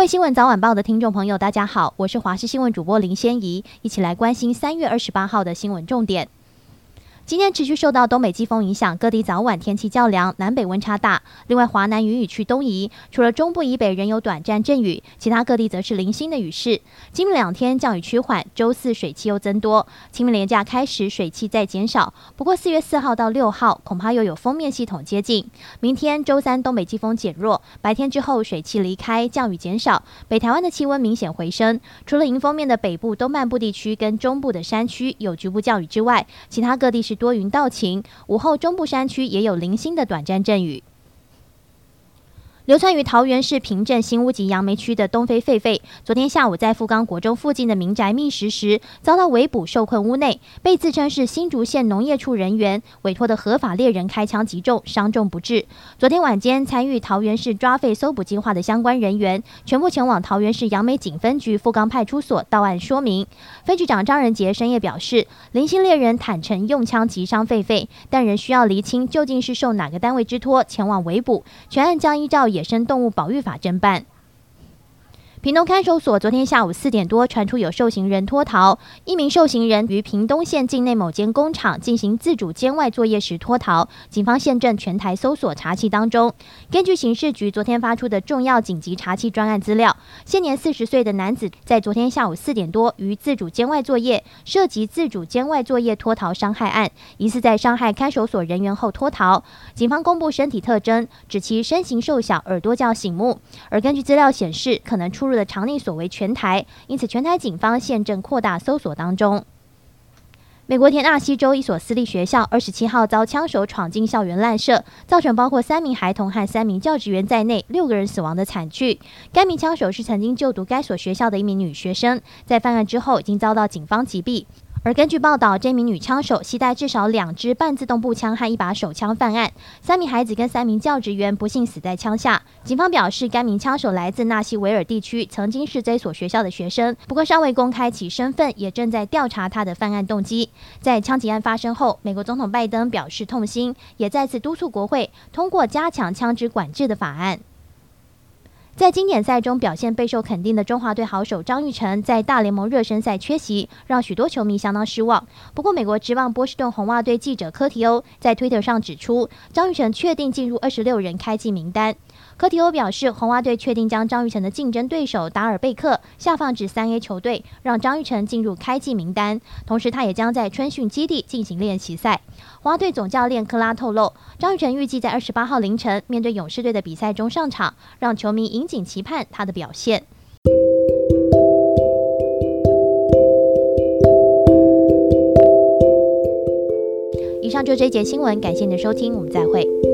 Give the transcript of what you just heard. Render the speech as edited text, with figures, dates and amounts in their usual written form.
位新闻早晚报的听众朋友大家好，我是华视新闻主播林仙怡，一起来关心3月28号的新闻重点。今天持续受到东北季风影响，各地早晚天气较凉，南北温差大。另外，华南云雨区东移，除了中部以北仍有短暂阵雨，其他各地则是零星的雨势。今明2天降雨趋缓，周四水汽又增多。清明连假开始，水汽再减少。不过4月4号到6号，恐怕又有锋面系统接近。明天周三东北季风减弱，白天之后水汽离开，降雨减少。北台湾的气温明显回升，除了迎风面的北部、东半部地区跟中部的山区有局部降雨之外，其他各地是多云到晴，午后中部山区也有零星的短暂阵雨。流窜于桃园市平镇新屋及杨梅区的东非狒狒，昨天下午在富冈国中附近的民宅觅食时，遭到围捕受困屋内，被自称是新竹县农业处人员委托的合法猎人开枪击中，伤重不治。昨天晚间，参与桃园市抓狒搜捕计划的相关人员全部前往桃园市杨梅警分局富冈派出所到案说明。分局长张仁杰深夜表示，零星猎人坦承用枪击伤狒狒，但仍需要厘清究竟是受哪个单位之托前往围捕，全案将依照野生动物保育法侦办。屏东看守所昨天下午4点多传出有受刑人脱逃，一名受刑人于屏东县境内某间工厂进行自主监外作业时脱逃，警方现正全台搜索查缉当中。根据刑事局昨天发出的重要紧急查缉专案资料，现年40岁的男子在昨天下午4点多于自主监外作业涉及自主监外作业脱逃伤害案，疑似在伤害看守所人员后脱逃。警方公布身体特征，指其身形瘦小，耳朵较醒目，而根据资料显示，可能出入的常例所为全台，因此全台警方现正扩大搜索当中。美国田纳西州一所私立学校27号遭枪手闯进校园滥射，造成包括3名孩童和3名教职员在内6个人死亡的惨剧。该名枪手是曾经就读该所学校的一名女学生，在犯案之后已经遭到警方击毙。而根据报道，这名女枪手携带至少2支半自动步枪和1把手枪犯案，3名孩子跟3名教职员不幸死在枪下。警方表示，该名枪手来自纳西维尔地区，曾经是这所学校的学生，不过尚未公开其身份，也正在调查他的犯案动机。在枪击案发生后，美国总统拜登表示痛心，也再次督促国会通过加强枪支管制的法案。在经典赛中表现备受肯定的中华队好手张育成在大联盟热身赛缺席，让许多球迷相当失望。不过，美国职棒波士顿红袜队记者科提欧在推特上指出，张育成确定进入26人开季名单。科提欧表示，红袜队确定将张育成的竞争对手达尔贝克下放至3A 球队，让张育成进入开季名单。同时，他也将在春训基地进行练习赛。红袜队总教练克拉透露，张育成预计在28号凌晨面对勇士队的比赛中上场，让球迷引颈期盼他的表现。以上就这一节新闻，感谢你的收听，我们再会。